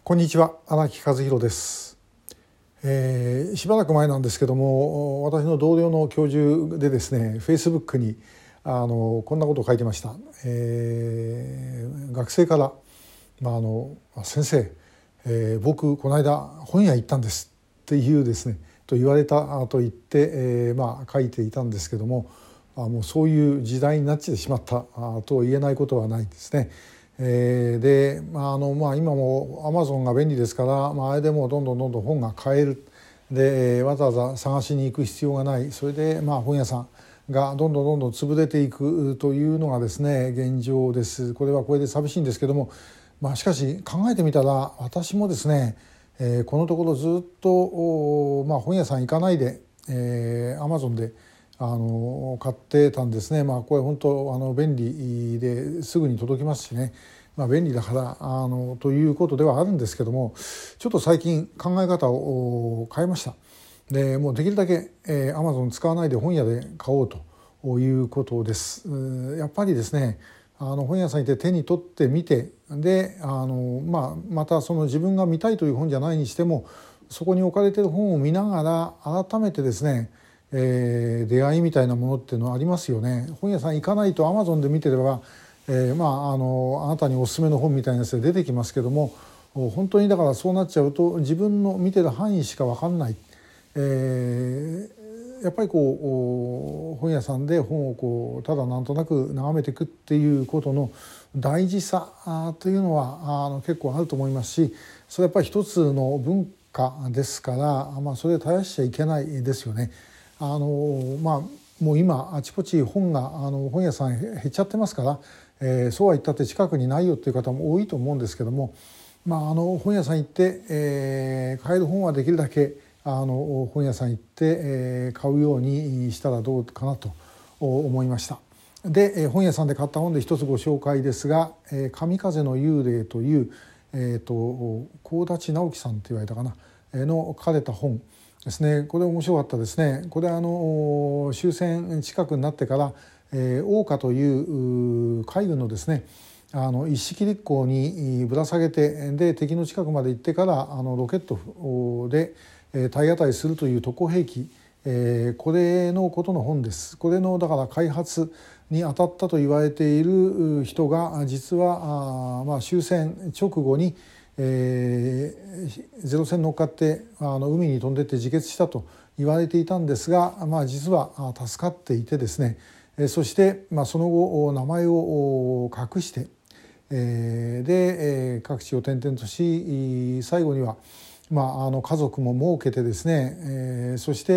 こんにちは、荒木和弘です。しばらく前なんですけども、私の同僚の教授でですね、Facebook にこんなことを書いてました。学生から、先生、僕この間本屋行ったんですっていうですねと言われたと言って、書いていたんですけども、もうそういう時代になってしまったと言えないことはないですね。で、今もアマゾンが便利ですから、あれでもうどんどん本が買える。でわざわざ探しに行く必要がない。それで本屋さんがどんどん潰れていくというのがですね現状です。これはこれで寂しいんですけども、しかし考えてみたら私もですね、このところずっと、本屋さん行かないで、アマゾンで買ってたんですね。これ本当便利ですぐに届きますしね、便利だからということではあるんですけども、ちょっと最近考え方を変えました。でもうできるだけアマゾン使わないで本屋で買おうということです。やっぱりですね本屋さんに行って手に取ってみて、でまたその自分が見たいという本じゃないにしてもそこに置かれている本を見ながら改めてですね出会いみたいなものっていうのはありますよね。本屋さん行かないとアマゾンで見てれば、あなたにおすすめの本みたいなやつで出てきますけども、本当にだからそうなっちゃうと自分の見てる範囲しか分かんない。やっぱり本屋さんで本をただなんとなく眺めていくっていうことの大事さというのは結構あると思いますし、それはやっぱり一つの文化ですから、それを絶やしちゃいけないですよね。もう今あちこち本屋さん減っちゃってますから、そうは言ったって近くにないよっていう方も多いと思うんですけども、本屋さん行って、買える本はできるだけ本屋さん行って、買うようにしたらどうかなと思いました。で、本屋さんで買った本で一つご紹介ですが「神風の幽霊」という、幸立直樹さんって言われたかなの書かれた本ですね。これ面白かったですね。これ終戦近くになってから桜花という海軍のですね一式立航にぶら下げて、で敵の近くまで行ってからロケットで体当たりするという特攻兵器、これのことの本です。これのだから開発に当たったと言われている人が実は終戦直後にゼロ戦乗っかって海に飛んでって自決したと言われていたんですが、実は助かっていてですね、そしてその後名前を隠して、で各地を転々とし、最後には家族も設けてですね、そして、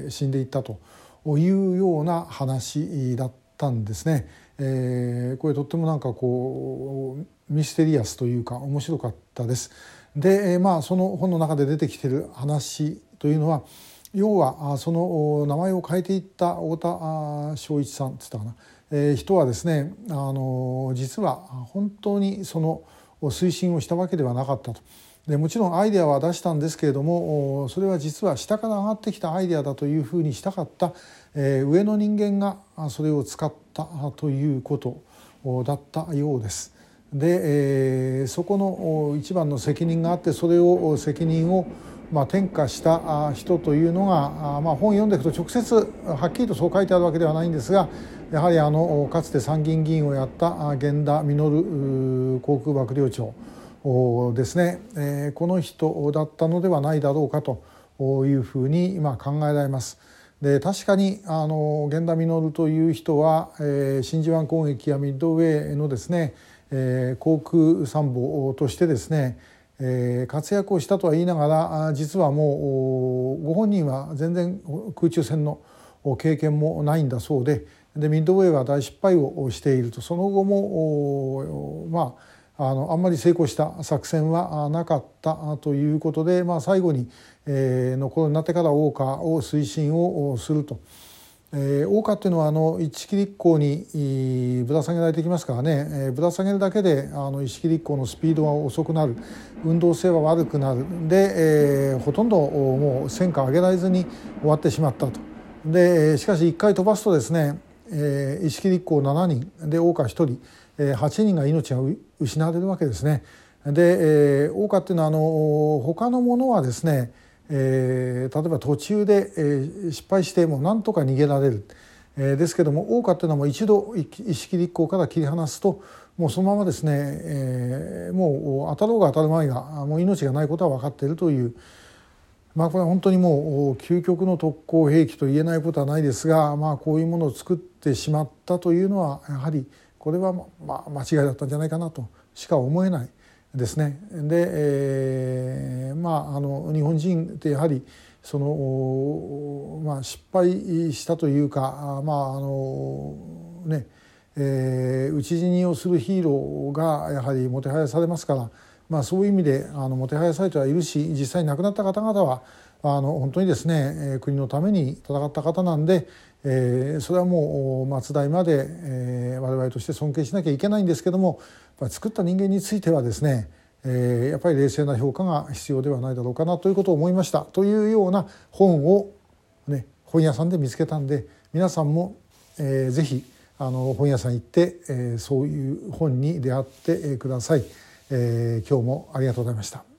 死んでいったというような話だったんですね。これとってもミステリアスというか面白かったです。で、その本の中で出てきている話というのは、要はその名前を変えていった太田正一さんって言ったかな、人はですね実は本当にその推進をしたわけではなかったと。でもちろんアイデアは出したんですけれども、それは実は下から上がってきたアイデアだというふうにしたかった、上の人間がそれを使ったということだったようです。で、そこの一番の責任があって、それを責任を転嫁した人というのが、本を読んでいくと直接はっきりとそう書いてあるわけではないんですが、やはりかつて参議院議員をやった源田実航空幕僚長ですね、この人だったのではないだろうかというふうに考えられます。で確かに源田実という人は、真珠湾攻撃やミッドウェーのですね、航空参謀としてですね、活躍をしたとは言いながら、実はもうご本人は全然空中戦の経験もないんだそうで、ミッドウェーは大失敗をしていると。その後もあんまり成功した作戦はなかったということで、最後にの頃になってから桜花を推進をすると。桜花っていうのは一式立航にぶら下げられてきますからね、ぶら下げるだけで一式立航のスピードが遅くなる、運動性は悪くなる。で、ほとんどもう戦果上げられずに終わってしまったと。でしかし1回飛ばすとですね、一式立航7人で桜花1人、8人が命が失われるわけですね。 で、桜花っていうのは他のものはですね、例えば途中で、失敗してもなんとか逃げられる、ですけども桜花っていうのはもう一度石切り一向から切り離すともうそのままですね、もう当たろうが当たる前がもう命がないことは分かっているという、これは本当にもう究極の特攻兵器と言えないことはないですが、こういうものを作ってしまったというのはやはりこれは間違いだったんじゃないかなとしか思えないですね。で、日本人ってやはりその、失敗したというか討ち死にをするヒーローがやはりもてはやされますから、そういう意味でもてはやされてはいるし、実際に亡くなった方々は本当にですね、国のために戦った方なんで、それはもう末代まで、我々として尊敬しなきゃいけないんですけども、作った人間についてはですね、やっぱり冷静な評価が必要ではないだろうかなということを思いましたというような本を、本屋さんで見つけたんで、皆さんも、ぜひ本屋さん行って、そういう本に出会ってください。今日もありがとうございました。